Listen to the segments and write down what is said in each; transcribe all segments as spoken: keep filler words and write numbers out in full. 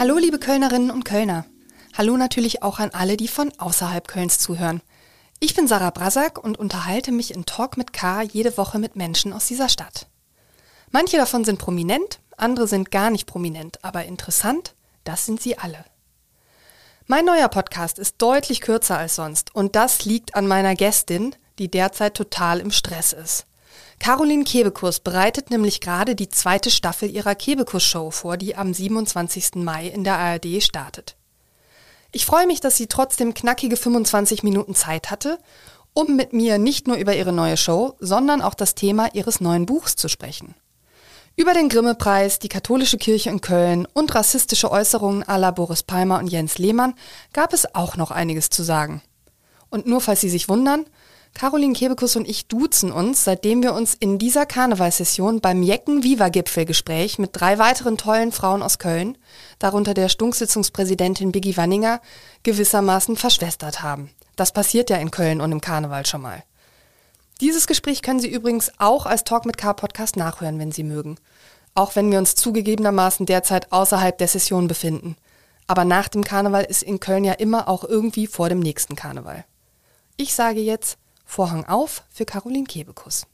Hallo liebe Kölnerinnen und Kölner. Hallo natürlich auch an alle, die von außerhalb Kölns zuhören. Ich bin Sarah Brasak und unterhalte mich in Talk mit K jede Woche mit Menschen aus dieser Stadt. Manche davon sind prominent, andere sind gar nicht prominent, aber interessant, das sind sie alle. Mein neuer Podcast ist deutlich kürzer als sonst und das liegt an meiner Gästin, die derzeit total im Stress ist. Caroline Kebekus bereitet nämlich gerade die zweite Staffel ihrer Kebekus-Show vor, die am siebenundzwanzigsten Mai in der A R D startet. Ich freue mich, dass sie trotzdem knackige fünfundzwanzig Minuten Zeit hatte, um mit mir nicht nur über ihre neue Show, sondern auch das Thema ihres neuen Buchs zu sprechen. Über den Grimme-Preis, die katholische Kirche in Köln und rassistische Äußerungen à la Boris Palmer und Jens Lehmann gab es auch noch einiges zu sagen. Und nur falls Sie sich wundern, Caroline Kebekus und ich duzen uns, seitdem wir uns in dieser Karnevalssession beim Jecken-Viva-Gipfelgespräch mit drei weiteren tollen Frauen aus Köln, darunter der Stunksitzungspräsidentin Biggie Wanninger, gewissermaßen verschwestert haben. Das passiert ja in Köln und im Karneval schon mal. Dieses Gespräch können Sie übrigens auch als Talk mit K Podcast nachhören, wenn Sie mögen. Auch wenn wir uns zugegebenermaßen derzeit außerhalb der Session befinden. Aber nach dem Karneval ist in Köln ja immer auch irgendwie vor dem nächsten Karneval. Ich sage jetzt Vorhang auf für Caroline Kebekus.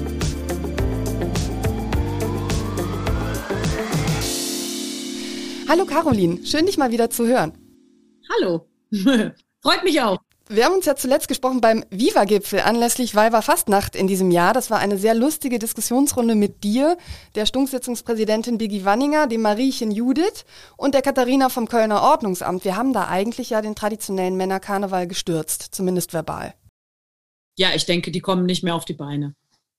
Hallo Caroline, schön dich mal wieder zu hören. Hallo, freut mich auch. Wir haben uns ja zuletzt gesprochen beim Viva-Gipfel anlässlich Weiberfastnacht in diesem Jahr. Das war eine sehr lustige Diskussionsrunde mit dir, der Stunksitzungspräsidentin Biggie Wanninger, dem Mariechen Judith und der Katharina vom Kölner Ordnungsamt. Wir haben da eigentlich ja den traditionellen Männerkarneval gestürzt, zumindest verbal. Ja, ich denke, die kommen nicht mehr auf die Beine.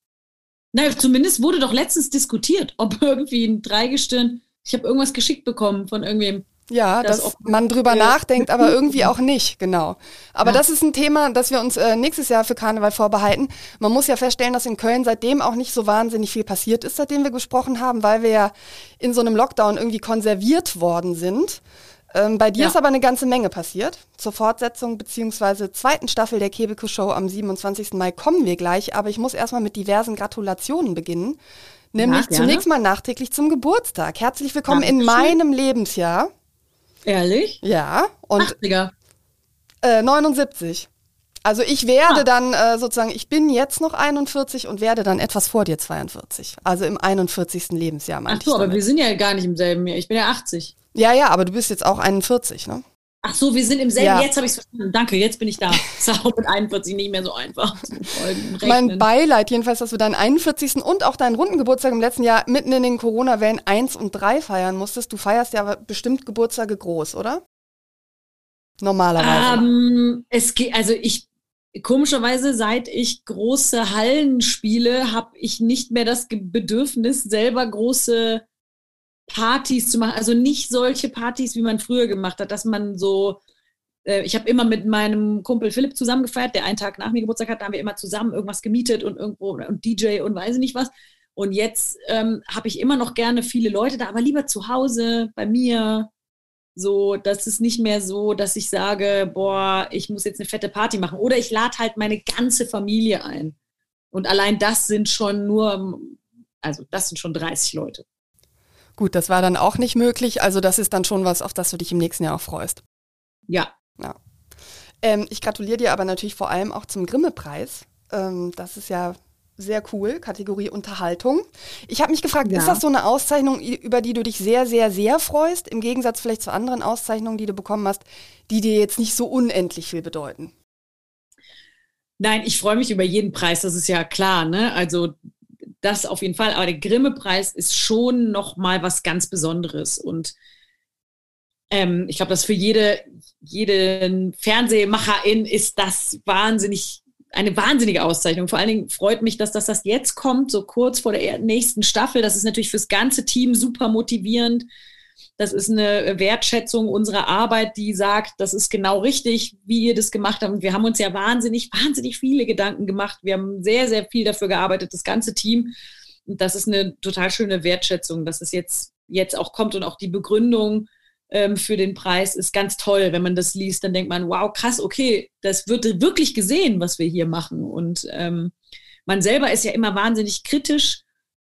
Na, zumindest wurde doch letztens diskutiert, ob irgendwie ein Dreigestirn, ich habe irgendwas geschickt bekommen von irgendwem. Ja, dass das man drüber ja. nachdenkt, aber irgendwie auch nicht, genau. Aber ja. das ist ein Thema, das wir uns äh, nächstes Jahr für Karneval vorbehalten. Man muss ja feststellen, dass in Köln seitdem auch nicht so wahnsinnig viel passiert ist, seitdem wir gesprochen haben, weil wir ja in so einem Lockdown irgendwie konserviert worden sind. Ähm, bei dir ja. ist aber eine ganze Menge passiert. Zur Fortsetzung bzw. zweiten Staffel der Kebekus-Show am siebenundzwanzigsten Mai kommen wir gleich, aber ich muss erstmal mit diversen Gratulationen beginnen. Nämlich ja, zunächst mal nachträglich zum Geburtstag. Herzlich willkommen Dankeschön. In meinem Lebensjahr. Ehrlich? Ja. Und achtziger. Äh, neunundsiebzig. Also ich werde ah. dann äh, sozusagen, ich bin jetzt noch einundvierzig und werde dann etwas vor dir zweiundvierzig. Also im einundvierzigsten Lebensjahr meinte ich. Ach so, aber wir sind ja gar nicht im selben Jahr. Ich bin ja achtzig. Ja, ja, aber du bist jetzt auch einundvierzig, ne? Ach so, wir sind im selben, ja. Jetzt habe ich es verstanden. Danke, jetzt bin ich da. Ist auch mit einundvierzig nicht mehr so einfach zum Folgen. Mein Beileid jedenfalls, dass du deinen einundvierzigsten und auch deinen runden Geburtstag im letzten Jahr mitten in den Corona-Wellen eins und drei feiern musstest. Du feierst ja bestimmt Geburtstage groß, oder? Normalerweise. Ähm, es geht, also ich, komischerweise, seit ich große Hallen spiele, habe ich nicht mehr das Bedürfnis, selber große Partys zu machen, also nicht solche Partys, wie man früher gemacht hat, dass man so, äh, ich habe immer mit meinem Kumpel Philipp zusammen gefeiert, der einen Tag nach mir Geburtstag hat, da haben wir immer zusammen irgendwas gemietet und irgendwo und D J und weiß ich nicht was. Und jetzt ähm, habe ich immer noch gerne viele Leute da, aber lieber zu Hause, bei mir. So, das ist nicht mehr so, dass ich sage, boah, ich muss jetzt eine fette Party machen. Oder ich lade halt meine ganze Familie ein. Und allein das sind schon nur, also das sind schon dreißig Leute. Gut, das war dann auch nicht möglich. Also das ist dann schon was, auf das du dich im nächsten Jahr auch freust. Ja. ja. Ähm, ich gratuliere dir aber natürlich vor allem auch zum Grimme-Preis. Ähm, das ist ja sehr cool, Kategorie Unterhaltung. Ich habe mich gefragt, ja. ist das so eine Auszeichnung, über die du dich sehr, sehr, sehr freust? Im Gegensatz vielleicht zu anderen Auszeichnungen, die du bekommen hast, die dir jetzt nicht so unendlich viel bedeuten? Nein, ich freue mich über jeden Preis, das ist ja klar, ne? Also das auf jeden Fall, aber der Grimme-Preis ist schon nochmal was ganz Besonderes und ähm, ich glaube, dass für jede, jede Fernsehmacherin ist das wahnsinnig, eine wahnsinnige Auszeichnung. Vor allen Dingen freut mich, dass das, das jetzt kommt, so kurz vor der nächsten Staffel. Das ist natürlich fürs ganze Team super motivierend. Das ist eine Wertschätzung unserer Arbeit, die sagt, das ist genau richtig, wie ihr das gemacht habt. Und wir haben uns ja wahnsinnig, wahnsinnig viele Gedanken gemacht. Wir haben sehr, sehr viel dafür gearbeitet, das ganze Team. Und das ist eine total schöne Wertschätzung, dass es jetzt, jetzt auch kommt. Und auch die Begründung ähm, für den Preis ist ganz toll. Wenn man das liest, dann denkt man, wow, krass, okay, das wird wirklich gesehen, was wir hier machen. Und ähm, man selber ist ja immer wahnsinnig kritisch.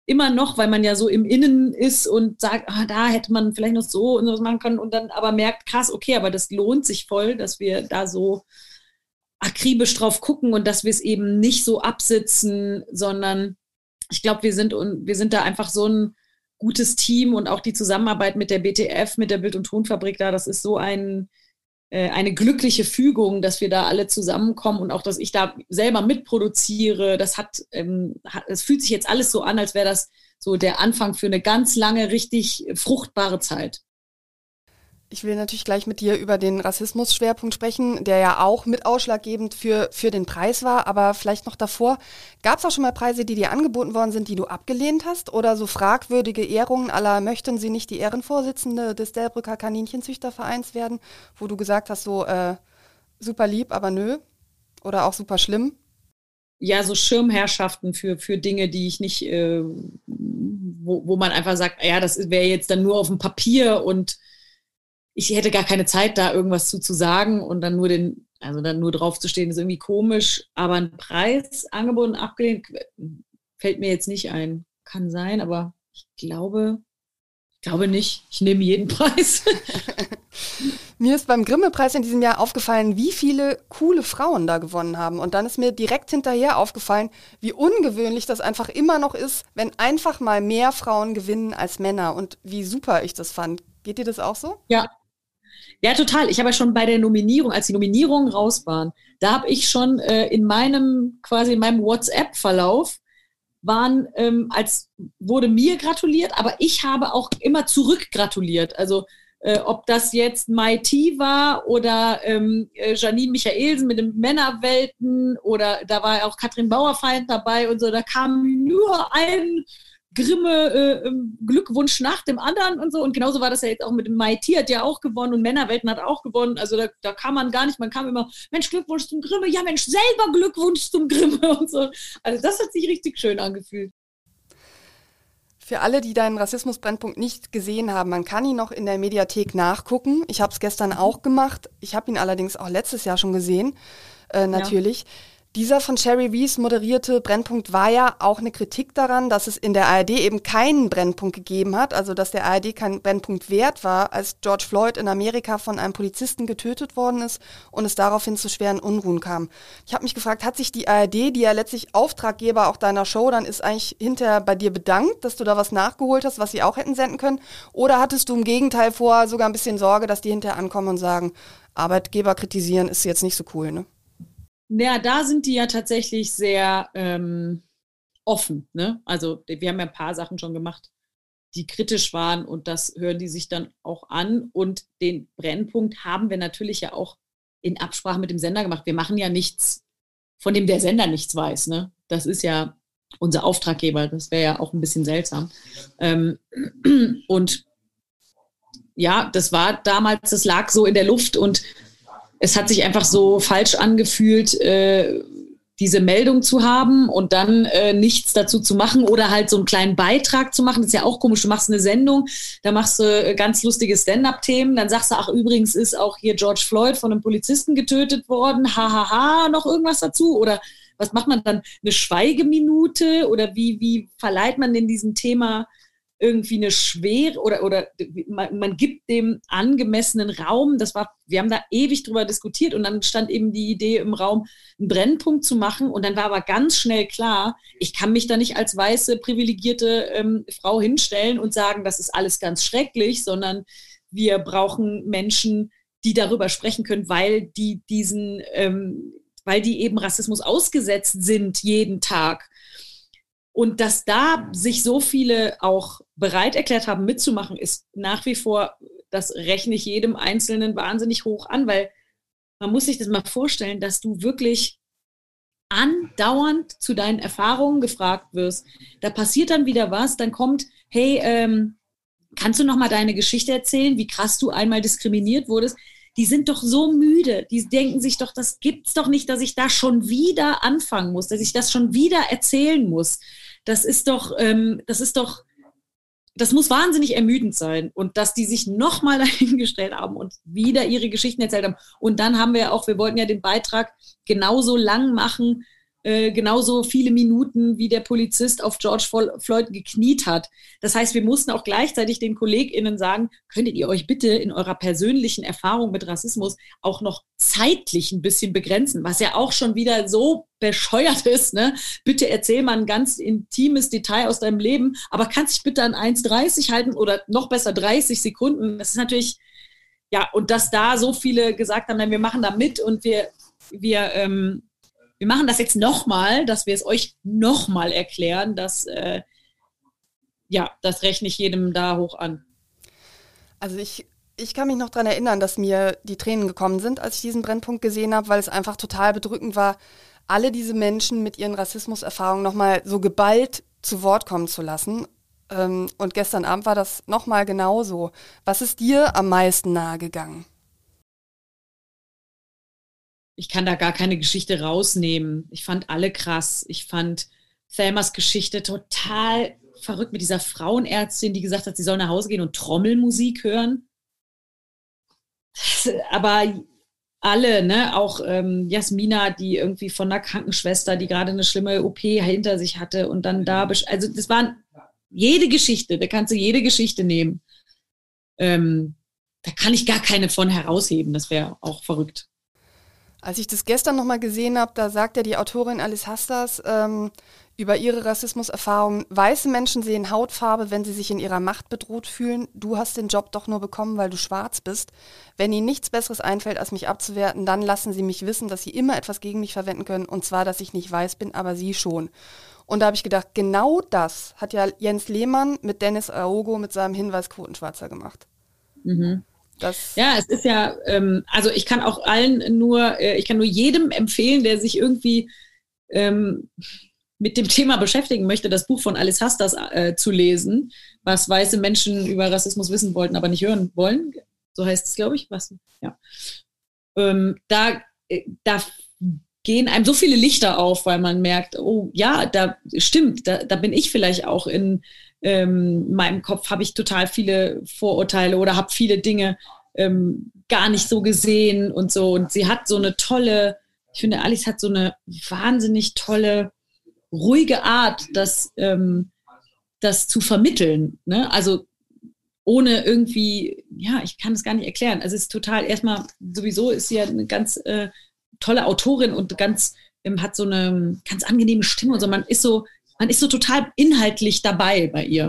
immer noch, weil man ja so im Innen ist und sagt, ah, da hätte man vielleicht noch so und sowas machen können und dann aber merkt, krass, okay, aber das lohnt sich voll, dass wir da so akribisch drauf gucken und dass wir es eben nicht so absitzen, sondern ich glaube, wir sind und wir sind da einfach so ein gutes Team und auch die Zusammenarbeit mit der B T F, mit der Bild- und Tonfabrik da, das ist so ein eine glückliche Fügung, dass wir da alle zusammenkommen und auch, dass ich da selber mitproduziere. Das hat, ähm, hat, es fühlt sich jetzt alles so an, als wäre das so der Anfang für eine ganz lange, richtig fruchtbare Zeit. Ich will natürlich gleich mit dir über den Rassismus-Schwerpunkt sprechen, der ja auch mit ausschlaggebend für, für den Preis war. Aber vielleicht noch davor, gab es auch schon mal Preise, die dir angeboten worden sind, die du abgelehnt hast? Oder so fragwürdige Ehrungen à la, möchten Sie nicht die Ehrenvorsitzende des Delbrücker Kaninchenzüchtervereins werden? Wo du gesagt hast, so äh, super lieb, aber nö. Oder auch super schlimm? Ja, so Schirmherrschaften für, für Dinge, die ich nicht, äh, wo, wo man einfach sagt, ja, das wäre jetzt dann nur auf dem Papier und ich hätte gar keine Zeit, da irgendwas zu, zu sagen und dann nur den, also dann nur drauf zu stehen, ist irgendwie komisch. Aber ein Preis angeboten, abgelehnt, fällt mir jetzt nicht ein. Kann sein, aber ich glaube, ich glaube nicht. Ich nehme jeden Preis. Mir ist beim Grimme-Preis in diesem Jahr aufgefallen, wie viele coole Frauen da gewonnen haben. Und dann ist mir direkt hinterher aufgefallen, wie ungewöhnlich das einfach immer noch ist, wenn einfach mal mehr Frauen gewinnen als Männer. Und wie super ich das fand. Geht dir das auch so? Ja. Ja, total. Ich habe ja schon bei der Nominierung, als die Nominierungen raus waren, da habe ich schon äh, in meinem, quasi in meinem WhatsApp-Verlauf waren, ähm, als wurde mir gratuliert, aber ich habe auch immer zurück gratuliert. Also äh, ob das jetzt Mai T war oder ähm, äh, Janine Michaelsen mit den Männerwelten oder da war auch Katrin Bauerfeind dabei und so, da kam nur ein Grimme äh, Glückwunsch nach dem anderen und so. Und genauso war das ja jetzt auch mit dem Mai T, hat ja auch gewonnen und Männerwelten hat auch gewonnen. Also da, da kam man gar nicht, man kam immer, Mensch, Glückwunsch zum Grimme, ja Mensch, selber Glückwunsch zum Grimme und so. Also das hat sich richtig schön angefühlt. Für alle, die deinen Rassismus-Brennpunkt nicht gesehen haben, man kann ihn noch in der Mediathek nachgucken. Ich habe es gestern auch gemacht. Ich habe ihn allerdings auch letztes Jahr schon gesehen, äh, natürlich. Ja. Dieser von Sherry Rees moderierte Brennpunkt war ja auch eine Kritik daran, dass es in der A R D eben keinen Brennpunkt gegeben hat, also dass der A R D kein Brennpunkt wert war, als George Floyd in Amerika von einem Polizisten getötet worden ist und es daraufhin zu schweren Unruhen kam. Ich habe mich gefragt, hat sich die A R D, die ja letztlich Auftraggeber auch deiner Show dann ist, eigentlich hinterher bei dir bedankt, dass du da was nachgeholt hast, was sie auch hätten senden können? Oder hattest du im Gegenteil vor sogar ein bisschen Sorge, dass die hinterher ankommen und sagen, Arbeitgeber kritisieren ist jetzt nicht so cool, ne? Ja, da sind die ja tatsächlich sehr ähm, offen. Ne? Also wir haben ja ein paar Sachen schon gemacht, die kritisch waren und das hören die sich dann auch an. Und den Brennpunkt haben wir natürlich ja auch in Absprache mit dem Sender gemacht. Wir machen ja nichts, von dem der Sender nichts weiß. Ne? Das ist ja unser Auftraggeber. Das wäre ja auch ein bisschen seltsam. Ähm, und ja, das war damals, das lag so in der Luft und es hat sich einfach so falsch angefühlt, äh, diese Meldung zu haben und dann äh, nichts dazu zu machen oder halt so einen kleinen Beitrag zu machen. Das ist ja auch komisch. Du machst eine Sendung, da machst du äh, ganz lustige Stand-up-Themen, dann sagst du, ach übrigens ist auch hier George Floyd von einem Polizisten getötet worden, hahaha, ha, ha, noch irgendwas dazu? Oder was macht man dann? Eine Schweigeminute? Oder wie, wie verleiht man denn diesem Thema irgendwie eine Schwere oder, oder man, man gibt dem angemessenen Raum. Das war, wir haben da ewig drüber diskutiert und dann stand eben die Idee im Raum, einen Brennpunkt zu machen und dann war aber ganz schnell klar, ich kann mich da nicht als weiße, privilegierte ähm, Frau hinstellen und sagen, das ist alles ganz schrecklich, sondern wir brauchen Menschen, die darüber sprechen können, weil die diesen, ähm, weil die eben Rassismus ausgesetzt sind jeden Tag. Und dass da sich so viele auch bereit erklärt haben, mitzumachen, ist nach wie vor, das rechne ich jedem Einzelnen wahnsinnig hoch an, weil man muss sich das mal vorstellen, dass du wirklich andauernd zu deinen Erfahrungen gefragt wirst. Da passiert dann wieder was, dann kommt, hey, ähm, kannst du noch mal deine Geschichte erzählen, wie krass du einmal diskriminiert wurdest? Die sind doch so müde, die denken sich doch, das gibt's doch nicht, dass ich da schon wieder anfangen muss, dass ich das schon wieder erzählen muss. Das ist doch, ähm, das ist doch, das muss wahnsinnig ermüdend sein. Und dass die sich nochmal dahingestellt haben und wieder ihre Geschichten erzählt haben. Und dann haben wir auch, wir wollten ja den Beitrag genauso lang machen, äh, genauso viele Minuten, wie der Polizist auf George Floyd gekniet hat. Das heißt, wir mussten auch gleichzeitig den KollegInnen sagen, könntet ihr euch bitte in eurer persönlichen Erfahrung mit Rassismus auch noch zeitlich ein bisschen begrenzen, was ja auch schon wieder so bescheuert ist, ne? Bitte erzähl mal ein ganz intimes Detail aus deinem Leben, aber kannst dich bitte an eins dreißig halten oder noch besser dreißig Sekunden. Das ist natürlich, ja, und dass da so viele gesagt haben, nein, wir machen da mit und wir, wir, ähm, wir machen das jetzt nochmal, dass wir es euch nochmal erklären, dass, äh, ja, das rechne ich jedem da hoch an. Also ich, ich kann mich noch daran erinnern, dass mir die Tränen gekommen sind, als ich diesen Brennpunkt gesehen habe, weil es einfach total bedrückend war, alle diese Menschen mit ihren Rassismuserfahrungen nochmal so geballt zu Wort kommen zu lassen. Ähm, und gestern Abend war das nochmal genauso. Was ist dir am meisten nahegegangen? Ich kann da gar keine Geschichte rausnehmen. Ich fand alle krass. Ich fand Thelmas Geschichte total verrückt mit dieser Frauenärztin, die gesagt hat, sie soll nach Hause gehen und Trommelmusik hören. Aber alle, ne, auch ähm, Jasmina, die irgendwie von einer Krankenschwester, die gerade eine schlimme O P hinter sich hatte und dann da, besch- also das waren jede Geschichte, da kannst du jede Geschichte nehmen. Ähm, da kann ich gar keine von herausheben, das wäre auch verrückt. Als ich das gestern nochmal gesehen habe, da sagt ja die Autorin Alice Hastas ähm, über ihre Rassismuserfahrungen, weiße Menschen sehen Hautfarbe, wenn sie sich in ihrer Macht bedroht fühlen. Du hast den Job doch nur bekommen, weil du schwarz bist. Wenn ihnen nichts Besseres einfällt, als mich abzuwerten, dann lassen sie mich wissen, dass sie immer etwas gegen mich verwenden können. Und zwar, dass ich nicht weiß bin, aber sie schon. Und da habe ich gedacht, genau das hat ja Jens Lehmann mit Dennis Aogo mit seinem Hinweis Quotenschwarzer gemacht. Mhm. Das ja, es ist ja, ähm, also ich kann auch allen nur, äh, ich kann nur jedem empfehlen, der sich irgendwie ähm, mit dem Thema beschäftigen möchte, das Buch von Alice Hastas äh, zu lesen, was weiße Menschen über Rassismus wissen wollten, aber nicht hören wollen. So heißt es, glaube ich. Was? Ja. Ähm, da, äh, da gehen einem so viele Lichter auf, weil man merkt, oh ja, da stimmt, da, da bin ich vielleicht auch in ähm, meinem Kopf, habe ich total viele Vorurteile oder habe viele Dinge ähm, gar nicht so gesehen und so. Und sie hat so eine tolle, ich finde, Alice hat so eine wahnsinnig tolle, ruhige Art, das, ähm, das zu vermitteln. Ne? Also ohne irgendwie, ja, ich kann es gar nicht erklären. Also es ist total, erstmal, sowieso ist sie ja eine ganz äh, tolle Autorin und ganz, ähm, hat so eine ganz angenehme Stimme und so. Man ist so, man ist so total inhaltlich dabei bei ihr.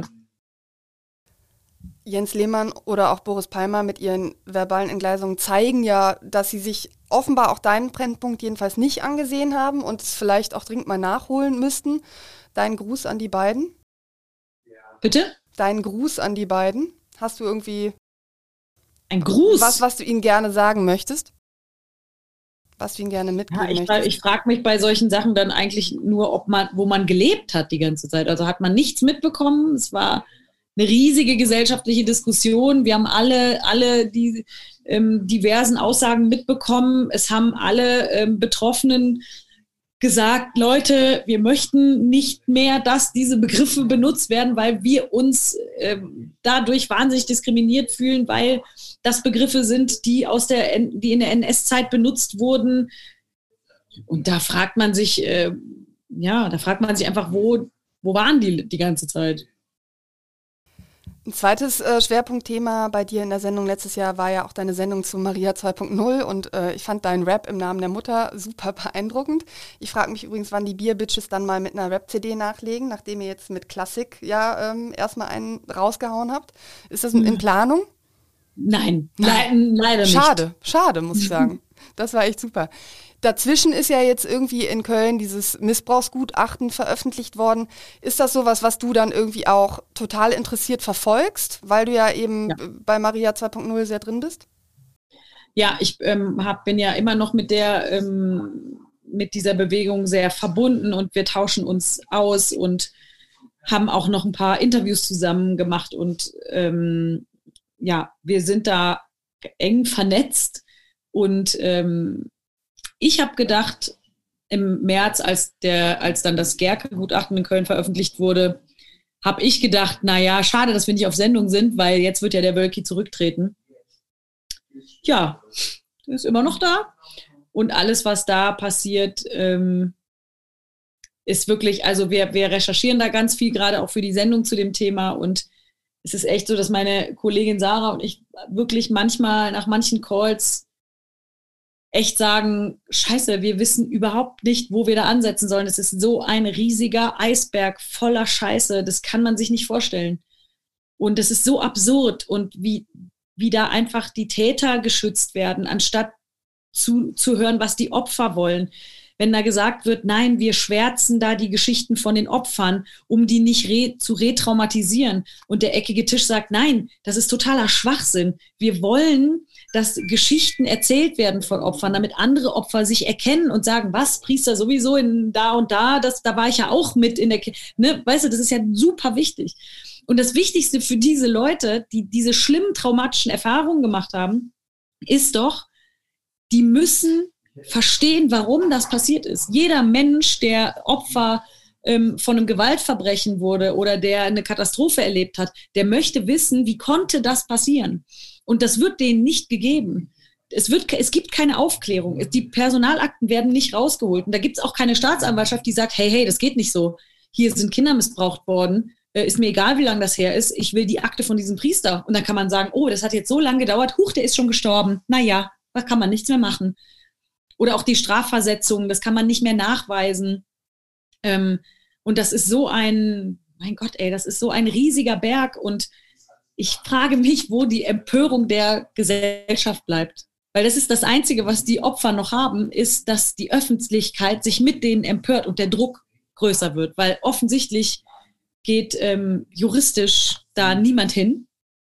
Jens Lehmann oder auch Boris Palmer mit ihren verbalen Entgleisungen zeigen ja, dass sie sich offenbar auch deinen Brennpunkt jedenfalls nicht angesehen haben und es vielleicht auch dringend mal nachholen müssten. Dein Gruß an die beiden. Bitte? Dein Gruß an die beiden. Hast du irgendwie ein Gruß? Was, was du ihnen gerne sagen möchtest? Was du ihnen gerne mitgeben ja, ich, möchtest? Ich frage mich bei solchen Sachen dann eigentlich nur, ob man, wo man gelebt hat die ganze Zeit. Also hat man nichts mitbekommen. Es war eine riesige gesellschaftliche Diskussion. Wir haben alle, alle die ähm, diversen Aussagen mitbekommen. Es haben alle ähm, Betroffenen gesagt, Leute, wir möchten nicht mehr, dass diese Begriffe benutzt werden, weil wir uns ähm, dadurch wahnsinnig diskriminiert fühlen, weil das Begriffe sind, die aus der, die in der N S-Zeit benutzt wurden. Und da fragt man sich, äh, ja, da fragt man sich einfach, wo, wo waren die die ganze Zeit? Ein zweites äh, Schwerpunktthema bei dir in der Sendung letztes Jahr war ja auch deine Sendung zu Maria zwei Punkt null und äh, ich fand deinen Rap im Namen der Mutter super beeindruckend. Ich frage mich übrigens, wann die Bierbitches dann mal mit einer Rap-C D nachlegen, nachdem ihr jetzt mit Klassik ja ähm, erstmal einen rausgehauen habt. Ist das in, in Planung? Nein, Nein. leider nicht. Schade, schade, muss ich sagen. Das war echt super. Dazwischen ist ja jetzt irgendwie in Köln dieses Missbrauchsgutachten veröffentlicht worden. Ist das sowas, was du dann irgendwie auch total interessiert verfolgst, weil du ja eben ja. bei Maria zwei Punkt null sehr drin bist? Ja, ich ähm, hab, bin ja immer noch mit der ähm, mit dieser Bewegung sehr verbunden und wir tauschen uns aus und haben auch noch ein paar Interviews zusammen gemacht und ähm, ja, wir sind da eng vernetzt und ähm, ich habe gedacht, im März, als, der, als dann das Gerke-Gutachten in Köln veröffentlicht wurde, habe ich gedacht, naja, schade, dass wir nicht auf Sendung sind, weil jetzt wird ja der Wölki zurücktreten. Ja, ist immer noch da. Und alles, was da passiert, ähm, ist wirklich, also wir, wir recherchieren da ganz viel, gerade auch für die Sendung zu dem Thema. Und es ist echt so, dass meine Kollegin Sarah und ich wirklich manchmal nach manchen Calls echt sagen, scheiße, wir wissen überhaupt nicht, wo wir da ansetzen sollen. Es ist so ein riesiger Eisberg voller Scheiße, das kann man sich nicht vorstellen. Und das ist so absurd und wie, wie da einfach die Täter geschützt werden, anstatt zu, zu hören, was die Opfer wollen. Wenn da gesagt wird, nein, wir schwärzen da die Geschichten von den Opfern, um die nicht re- zu retraumatisieren. Und der eckige Tisch sagt, nein, das ist totaler Schwachsinn. Wir wollen, dass Geschichten erzählt werden von Opfern, damit andere Opfer sich erkennen und sagen, was, Priester, sowieso in da und da, das, da war ich ja auch mit in der, ne, weißt du, das ist ja super wichtig. Und das Wichtigste für diese Leute, die diese schlimmen traumatischen Erfahrungen gemacht haben, ist doch, die müssen verstehen, warum das passiert ist. Jeder Mensch, der Opfer ähm, von einem Gewaltverbrechen wurde oder der eine Katastrophe erlebt hat, der möchte wissen, wie konnte das passieren? Und das wird denen nicht gegeben. Es, wird, es gibt keine Aufklärung. Die Personalakten werden nicht rausgeholt. Und da gibt es auch keine Staatsanwaltschaft, die sagt, hey, hey, das geht nicht so. Hier sind Kinder missbraucht worden. Äh, ist mir egal, wie lange das her ist. Ich will die Akte von diesem Priester. Und dann kann man sagen, oh, das hat jetzt so lange gedauert. Huch, der ist schon gestorben. Naja, da kann man nichts mehr machen. Oder auch die Strafversetzung, das kann man nicht mehr nachweisen. Ähm, und das ist so ein, mein Gott, ey, das ist so ein riesiger Berg. Und ich frage mich, wo die Empörung der Gesellschaft bleibt. Weil das ist das Einzige, was die Opfer noch haben, ist, dass die Öffentlichkeit sich mit denen empört und der Druck größer wird. Weil offensichtlich geht ähm, juristisch da niemand hin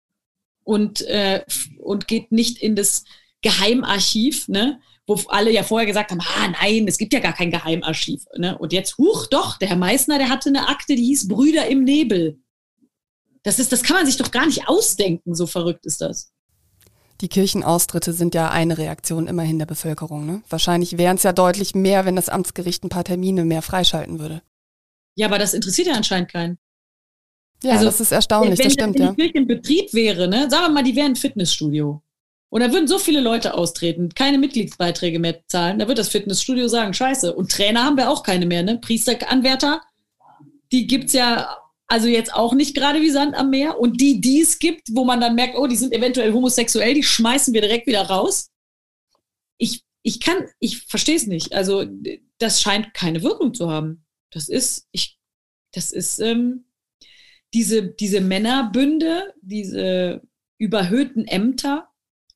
und, äh, und geht nicht in das Geheimarchiv, ne? Wo alle ja vorher gesagt haben, ah nein, es gibt ja gar kein Geheimarchiv. Ne? Und jetzt, huch, doch, der Herr Meissner, der hatte eine Akte, die hieß Brüder im Nebel. Das ist, das kann man sich doch gar nicht ausdenken, so verrückt ist das. Die Kirchenaustritte sind ja eine Reaktion immerhin der Bevölkerung. Ne? Wahrscheinlich wären es ja deutlich mehr, wenn das Amtsgericht ein paar Termine mehr freischalten würde. Ja, aber das interessiert ja anscheinend keinen. Ja, also, das ist erstaunlich, wenn, das stimmt, wenn ja. Wenn die Kirche in Betrieb wäre, ne, sagen wir mal, die wären ein Fitnessstudio. Und da würden so viele Leute austreten, keine Mitgliedsbeiträge mehr zahlen. Da wird das Fitnessstudio sagen, scheiße. Und Trainer haben wir auch keine mehr, ne? Priesteranwärter, die gibt's ja also jetzt auch nicht gerade wie Sand am Meer. Und die, die es gibt, wo man dann merkt, oh, die sind eventuell homosexuell, die schmeißen wir direkt wieder raus. Ich, ich kann, ich verstehe es nicht. Also das scheint keine Wirkung zu haben. Das ist, ich, das ist ähm, diese, diese Männerbünde, diese überhöhten Ämter,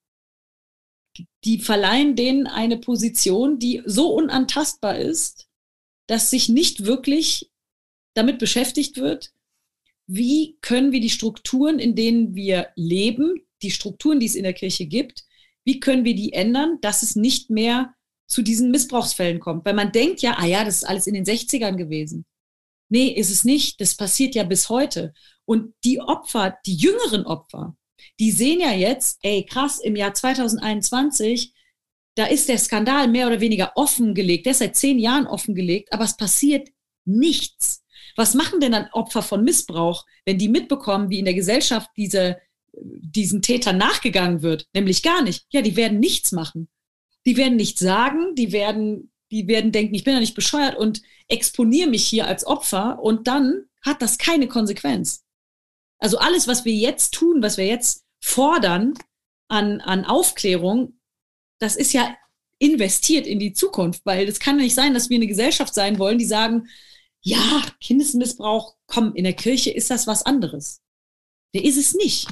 die verleihen denen eine Position, die so unantastbar ist, dass sich nicht wirklich damit beschäftigt wird, wie können wir die Strukturen, in denen wir leben, die Strukturen, die es in der Kirche gibt, wie können wir die ändern, dass es nicht mehr zu diesen Missbrauchsfällen kommt. Weil man denkt ja, ah ja, das ist alles in den sechzigern gewesen. Nee, ist es nicht. Das passiert ja bis heute. Und die Opfer, die jüngeren Opfer, die sehen ja jetzt, ey, krass, im Jahr zweitausendeinundzwanzig, da ist der Skandal mehr oder weniger offengelegt. Der ist seit zehn Jahren offengelegt, aber es passiert nichts. Was machen denn dann Opfer von Missbrauch, wenn die mitbekommen, wie in der Gesellschaft diese, diesen Tätern nachgegangen wird? Nämlich gar nicht. Ja, die werden nichts machen. Die werden nichts sagen, die werden, die werden denken, ich bin ja nicht bescheuert und exponiere mich hier als Opfer und dann hat das keine Konsequenz. Also alles, was wir jetzt tun, was wir jetzt fordern an, an Aufklärung, das ist ja investiert in die Zukunft, weil das kann nicht sein, dass wir eine Gesellschaft sein wollen, die sagen, ja, Kindesmissbrauch, komm, in der Kirche ist das was anderes. Der ist es nicht.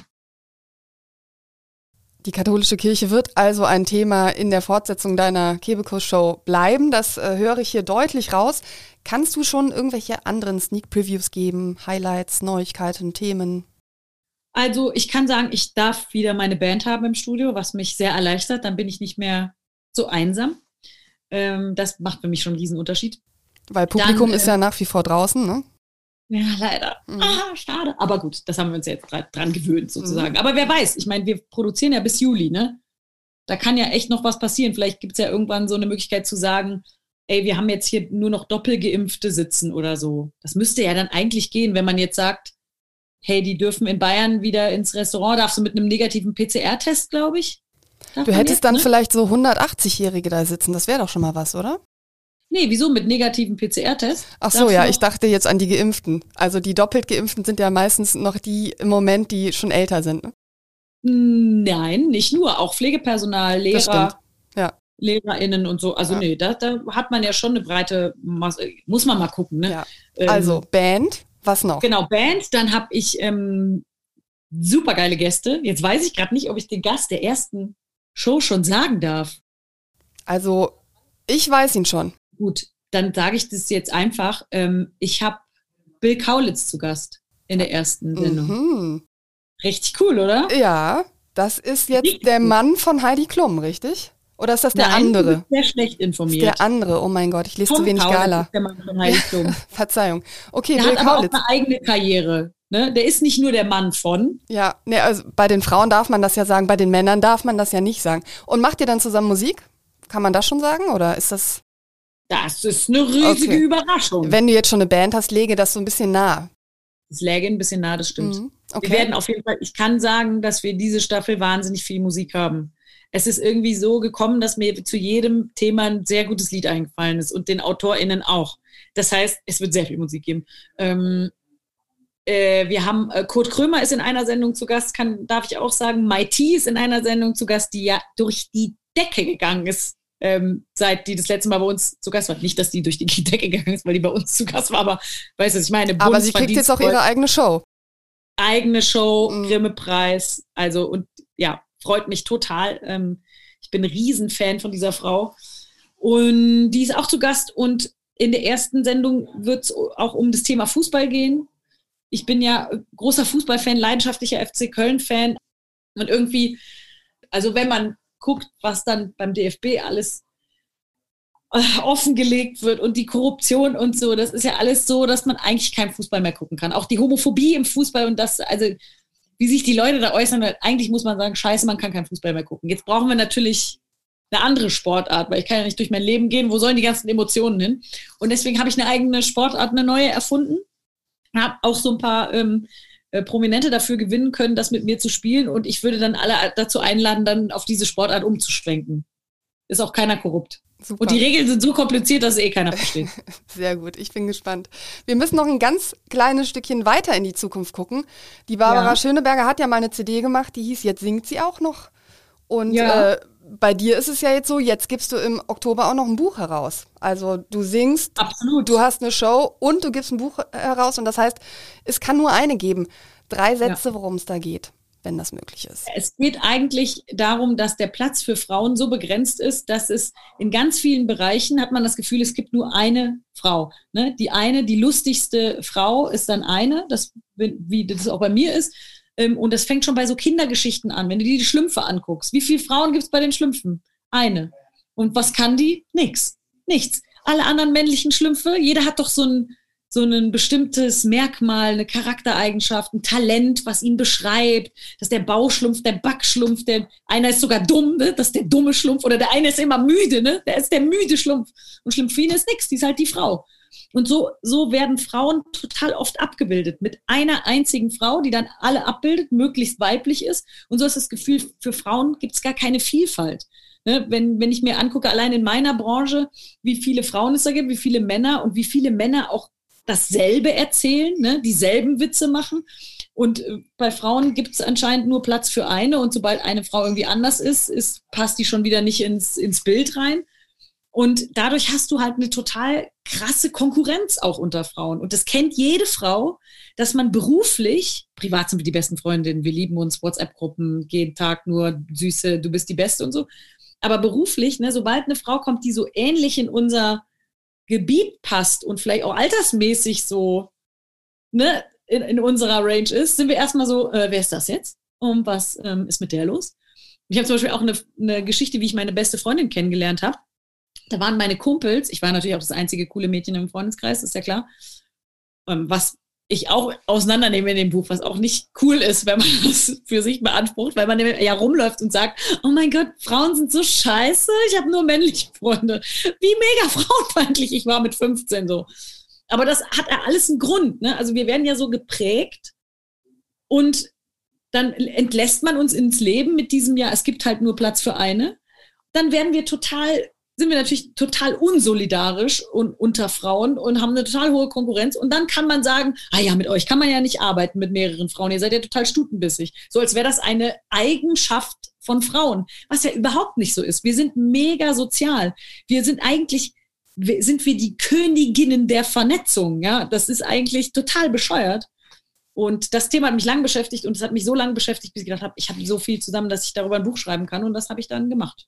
Die katholische Kirche wird also ein Thema in der Fortsetzung deiner Kebekus-Show bleiben. Das äh, höre ich hier deutlich raus. Kannst du schon irgendwelche anderen Sneak-Previews geben? Highlights, Neuigkeiten, Themen? Also ich kann sagen, ich darf wieder meine Band haben im Studio, was mich sehr erleichtert. Dann bin ich nicht mehr so einsam. Ähm, das macht für mich schon einen Riesenunterschied. Weil Publikum Dann, ist ja nach wie vor draußen, ne? Ja, leider. Mhm. Ah, schade. Aber gut, das haben wir uns jetzt dran gewöhnt sozusagen. Mhm. Aber wer weiß, ich meine, wir produzieren ja bis Juli, ne? Da kann ja echt noch was passieren. Vielleicht gibt es ja irgendwann so eine Möglichkeit zu sagen, ey, wir haben jetzt hier nur noch Doppelgeimpfte sitzen oder so. Das müsste ja dann eigentlich gehen, wenn man jetzt sagt, hey, die dürfen in Bayern wieder ins Restaurant, darfst du mit einem negativen P C R-Test, glaube ich. Du hättest jetzt, dann ne? vielleicht so hundertachtzig-Jährige da sitzen, das wäre doch schon mal was, oder? Nee, wieso? Mit negativen P C R-Test? Ach so, ja, ich dachte jetzt an die Geimpften. Also die doppelt Geimpften sind ja meistens noch die im Moment, die schon älter sind. Ne? Nein, nicht nur. Auch Pflegepersonal, Lehrer, ja. LehrerInnen und so. Also ja. nee, da, da hat man ja schon eine breite Masse. Muss man mal gucken. Ne? Ja. Also ähm, Band, was noch? Genau, Band. Dann habe ich ähm, super geile Gäste. Jetzt weiß ich gerade nicht, ob ich den Gast der ersten Show schon sagen darf. Also ich weiß ihn schon. Gut, dann sage ich das jetzt einfach. Ähm, ich habe Bill Kaulitz zu Gast in der ersten Sendung. Mhm. Richtig cool, oder? Ja, das ist jetzt richtig der Mann von Heidi Klum, richtig? Oder ist das der Nein, andere? Du bist sehr schlecht informiert. Das ist der andere, oh mein Gott, ich lese Tom zu wenig Kaulitz Gala. Ist der Mann von Heidi Klum. Verzeihung. Okay, der Bill hat aber Kaulitz. auch eine eigene Karriere. Ne? Der ist nicht nur der Mann von. Ja, ne, also bei den Frauen darf man das ja sagen, bei den Männern darf man das ja nicht sagen. Und macht ihr dann zusammen Musik? Kann man das schon sagen oder ist das... Das ist eine riesige okay. Überraschung. Wenn du jetzt schon eine Band hast, lege das so ein bisschen nah. Das läge ein bisschen nah, das stimmt. Mhm. Okay. Wir werden auf jeden Fall, ich kann sagen, dass wir diese Staffel wahnsinnig viel Musik haben. Es ist irgendwie so gekommen, dass mir zu jedem Thema ein sehr gutes Lied eingefallen ist und den AutorInnen auch. Das heißt, es wird sehr viel Musik geben. Ähm, äh, wir haben, äh, Kurt Krömer ist in einer Sendung zu Gast, kann, darf ich auch sagen. Mighty ist in einer Sendung zu Gast, die ja durch die Decke gegangen ist. Ähm, seit die das letzte Mal bei uns zu Gast war. Nicht, dass die durch die Decke gegangen ist, weil die bei uns zu Gast war, aber weißt du, was ich meine? Aber sie kriegt jetzt auch ihre eigene Show. Eigene Show, mhm. Grimme-Preis, also und ja, freut mich total. Ähm, ich bin ein Riesenfan von dieser Frau und die ist auch zu Gast und in der ersten Sendung wird es auch um das Thema Fußball gehen. Ich bin ja großer Fußballfan, leidenschaftlicher F C Köln-Fan und irgendwie, also wenn man guckt, was dann beim D F B alles offengelegt wird und die Korruption und so, das ist ja alles so, dass man eigentlich keinen Fußball mehr gucken kann. Auch die Homophobie im Fußball und das, also wie sich die Leute da äußern, eigentlich muss man sagen, scheiße, man kann keinen Fußball mehr gucken. Jetzt brauchen wir natürlich eine andere Sportart, weil ich kann ja nicht durch mein Leben gehen, wo sollen die ganzen Emotionen hin? Und deswegen habe ich eine eigene Sportart, eine neue erfunden, habe auch so ein paar ähm, Prominente dafür gewinnen können, das mit mir zu spielen und ich würde dann alle dazu einladen, dann auf diese Sportart umzuschwenken. Ist auch keiner korrupt. Super. Und die Regeln sind so kompliziert, dass eh keiner versteht. Sehr gut, ich bin gespannt. Wir müssen noch ein ganz kleines Stückchen weiter in die Zukunft gucken. Die Barbara ja. Schöneberger hat ja mal eine C D gemacht, die hieß Jetzt singt sie auch noch. Und ja. äh, bei dir ist es ja jetzt so, jetzt gibst du im Oktober auch noch ein Buch heraus. Also du singst, Absolut. Du hast eine Show und du gibst ein Buch heraus. Und das heißt, es kann nur eine geben. Drei Sätze, ja. worum es da geht, wenn das möglich ist. Es geht eigentlich darum, dass der Platz für Frauen so begrenzt ist, dass es in ganz vielen Bereichen, hat man das Gefühl, es gibt nur eine Frau. Ne? Die eine, die lustigste Frau ist dann eine, das, wie das auch bei mir ist. Und das fängt schon bei so Kindergeschichten an. Wenn du dir die Schlümpfe anguckst, wie viele Frauen gibt es bei den Schlümpfen? Eine. Und was kann die? Nix. Nichts. Alle anderen männlichen Schlümpfe, jeder hat doch so ein, so ein bestimmtes Merkmal, eine Charaktereigenschaft, ein Talent, was ihn beschreibt. Das ist der Bauschlumpf, der Backschlumpf, der einer ist sogar dumm, ne? Das ist der dumme Schlumpf. Oder der eine ist immer müde, ne? Der ist der müde Schlumpf. Und Schlumpfine ist nix, die ist halt die Frau. Und so, so werden Frauen total oft abgebildet. Mit einer einzigen Frau, die dann alle abbildet, möglichst weiblich ist. Und so ist das Gefühl, für Frauen gibt es gar keine Vielfalt. Ne? Wenn, wenn ich mir angucke, allein in meiner Branche, wie viele Frauen es da gibt, wie viele Männer und wie viele Männer auch dasselbe erzählen, ne? Dieselben Witze machen. Und äh, bei Frauen gibt es anscheinend nur Platz für eine. Und sobald eine Frau irgendwie anders ist, ist passt die schon wieder nicht ins, ins Bild rein. Und dadurch hast du halt eine total krasse Konkurrenz auch unter Frauen. Und das kennt jede Frau, dass man beruflich, privat sind wir die besten Freundinnen, wir lieben uns, WhatsApp-Gruppen, jeden Tag nur süße, du bist die Beste und so. Aber beruflich, ne, sobald eine Frau kommt, die so ähnlich in unser Gebiet passt und vielleicht auch altersmäßig so ne, in, in unserer Range ist, sind wir erstmal so, äh, wer ist das jetzt? Und was ähm, ist mit der los? Ich habe zum Beispiel auch eine, eine Geschichte, wie ich meine beste Freundin kennengelernt habe. Da waren meine Kumpels, ich war natürlich auch das einzige coole Mädchen im Freundeskreis, ist ja klar, was ich auch auseinandernehme in dem Buch, was auch nicht cool ist, wenn man das für sich beansprucht, weil man ja rumläuft und sagt, oh mein Gott, Frauen sind so scheiße, ich habe nur männliche Freunde. Wie mega frauenfeindlich ich war mit fünfzehn so. Aber das hat ja alles einen Grund, ne? Also wir werden ja so geprägt und dann entlässt man uns ins Leben mit diesem, ja, es gibt halt nur Platz für eine. Dann werden wir total sind wir natürlich total unsolidarisch und, unter Frauen und haben eine total hohe Konkurrenz. Und dann kann man sagen, ah ja, mit euch kann man ja nicht arbeiten mit mehreren Frauen. Ihr seid ja total stutenbissig. So als wäre das eine Eigenschaft von Frauen, was ja überhaupt nicht so ist. Wir sind mega sozial. Wir sind eigentlich, sind wir die Königinnen der Vernetzung. Ja, das ist eigentlich total bescheuert. Und das Thema hat mich lang beschäftigt und es hat mich so lange beschäftigt, bis ich gedacht habe, ich habe so viel zusammen, dass ich darüber ein Buch schreiben kann. Und das habe ich dann gemacht.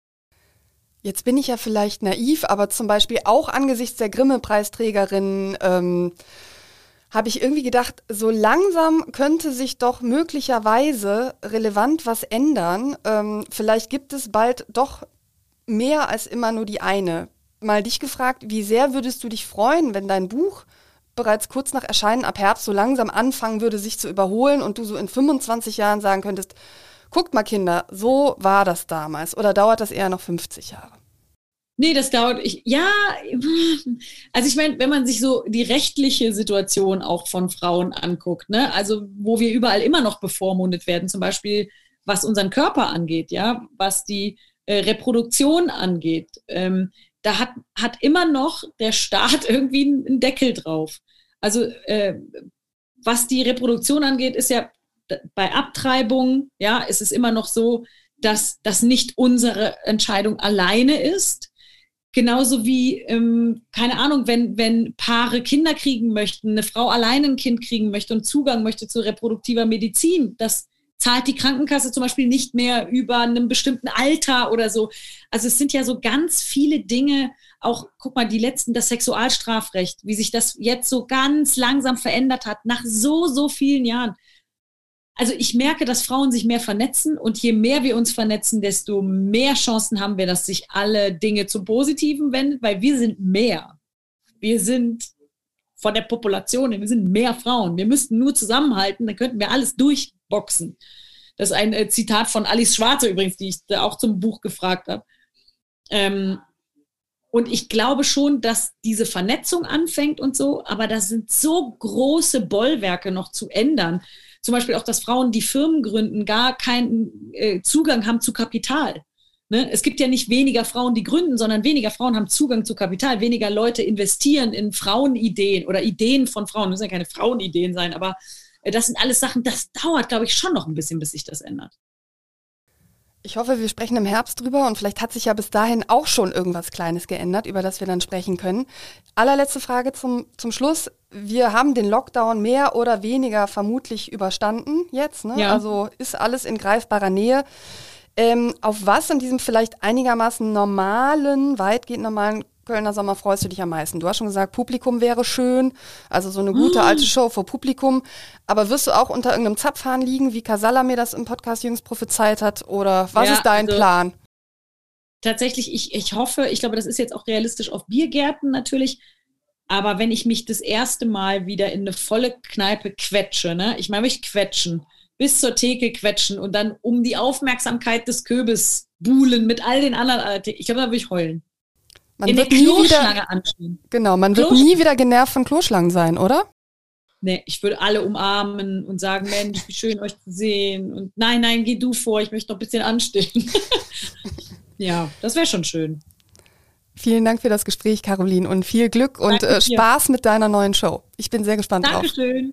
Jetzt bin ich ja vielleicht naiv, aber zum Beispiel auch angesichts der Grimme-Preisträgerin ähm, habe ich irgendwie gedacht, so langsam könnte sich doch möglicherweise relevant was ändern. Ähm, vielleicht gibt es bald doch mehr als immer nur die eine. Mal dich gefragt, wie sehr würdest du dich freuen, wenn dein Buch bereits kurz nach Erscheinen ab Herbst so langsam anfangen würde, sich zu überholen und du so in fünfundzwanzig Jahren sagen könntest, guckt mal Kinder, so war das damals. Oder dauert das eher noch fünfzig Jahre? Nee, das dauert, ich, ja, also ich meine, wenn man sich so die rechtliche Situation auch von Frauen anguckt, ne, also wo wir überall immer noch bevormundet werden, zum Beispiel was unseren Körper angeht, ja, was die äh, Reproduktion angeht, ähm, da hat, hat immer noch der Staat irgendwie einen Deckel drauf. Also äh, was die Reproduktion angeht, ist ja bei Abtreibung, ja, ist es immer noch so, dass das nicht unsere Entscheidung alleine ist. Genauso wie, ähm, keine Ahnung, wenn, wenn Paare Kinder kriegen möchten, eine Frau alleine ein Kind kriegen möchte und Zugang möchte zu reproduktiver Medizin, das zahlt die Krankenkasse zum Beispiel nicht mehr über einem bestimmten Alter oder so. Also es sind ja so ganz viele Dinge, auch, guck mal, die letzten, das Sexualstrafrecht, wie sich das jetzt so ganz langsam verändert hat, nach so, so vielen Jahren. Also ich merke, dass Frauen sich mehr vernetzen und je mehr wir uns vernetzen, desto mehr Chancen haben wir, dass sich alle Dinge zum Positiven wenden, weil wir sind mehr. Wir sind von der Population, wir sind mehr Frauen. Wir müssten nur zusammenhalten, dann könnten wir alles durchboxen. Das ist ein äh, Zitat von Alice Schwarzer übrigens, die ich da auch zum Buch gefragt habe. Ähm, und ich glaube schon, dass diese Vernetzung anfängt und so, aber das sind so große Bollwerke noch zu ändern. Zum Beispiel auch, dass Frauen, die Firmen gründen, gar keinen äh, Zugang haben zu Kapital. Ne? Es gibt ja nicht weniger Frauen, die gründen, sondern weniger Frauen haben Zugang zu Kapital. Weniger Leute investieren in Frauenideen oder Ideen von Frauen. Das müssen ja keine Frauenideen sein, aber äh, das sind alles Sachen, das dauert, glaube ich, schon noch ein bisschen, bis sich das ändert. Ich hoffe, wir sprechen im Herbst drüber und vielleicht hat sich ja bis dahin auch schon irgendwas Kleines geändert, über das wir dann sprechen können. Allerletzte Frage zum, zum Schluss. Wir haben den Lockdown mehr oder weniger vermutlich überstanden jetzt, ne? Ja. Also ist alles in greifbarer Nähe. Ähm, auf was in diesem vielleicht einigermaßen normalen, weitgehend normalen Kölner Sommer freust du dich am meisten? Du hast schon gesagt, Publikum wäre schön, also so eine gute alte Show vor Publikum. Aber wirst du auch unter irgendeinem Zapfhahn liegen, wie Casalla mir das im Podcast jüngst prophezeit hat? Oder was ja, ist dein also, Plan? Tatsächlich, ich, ich hoffe, ich glaube, das ist jetzt auch realistisch auf Biergärten natürlich. Aber wenn ich mich das erste Mal wieder in eine volle Kneipe quetsche, ne? Ich meine, mich quetschen, bis zur Theke quetschen und dann um die Aufmerksamkeit des Köbis buhlen mit all den anderen. Ich glaube, da würde ich heulen. Man in wird der nie Kloschlange wieder, anstehen. Genau, man wird nie wieder genervt von Kloschlangen sein, oder? Nee, ich würde alle umarmen und sagen, Mensch, wie schön euch zu sehen. Und nein, nein, geh du vor, ich möchte noch ein bisschen anstehen. Ja, das wäre schon schön. Vielen Dank für das Gespräch, Caroline, und viel Glück und äh, Spaß mit deiner neuen Show. Ich bin sehr gespannt drauf. Dankeschön.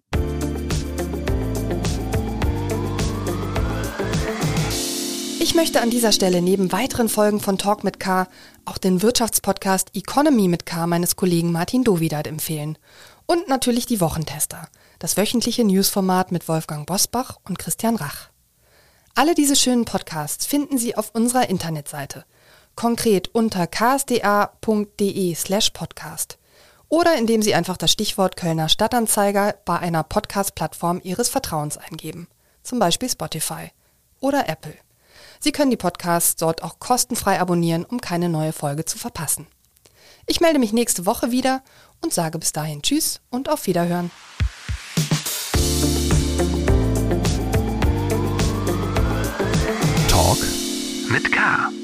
Ich möchte an dieser Stelle neben weiteren Folgen von Talk mit K auch den Wirtschaftspodcast Economy mit K meines Kollegen Martin Dovidat empfehlen. Und natürlich die Wochentester, das wöchentliche Newsformat mit Wolfgang Bosbach und Christian Rach. Alle diese schönen Podcasts finden Sie auf unserer Internetseite, konkret unter ksda.de slash podcast oder indem Sie einfach das Stichwort Kölner Stadtanzeiger bei einer Podcast-Plattform Ihres Vertrauens eingeben, zum Beispiel Spotify oder Apple. Sie können die Podcasts dort auch kostenfrei abonnieren, um keine neue Folge zu verpassen. Ich melde mich nächste Woche wieder und sage bis dahin Tschüss und auf Wiederhören. Talk mit K.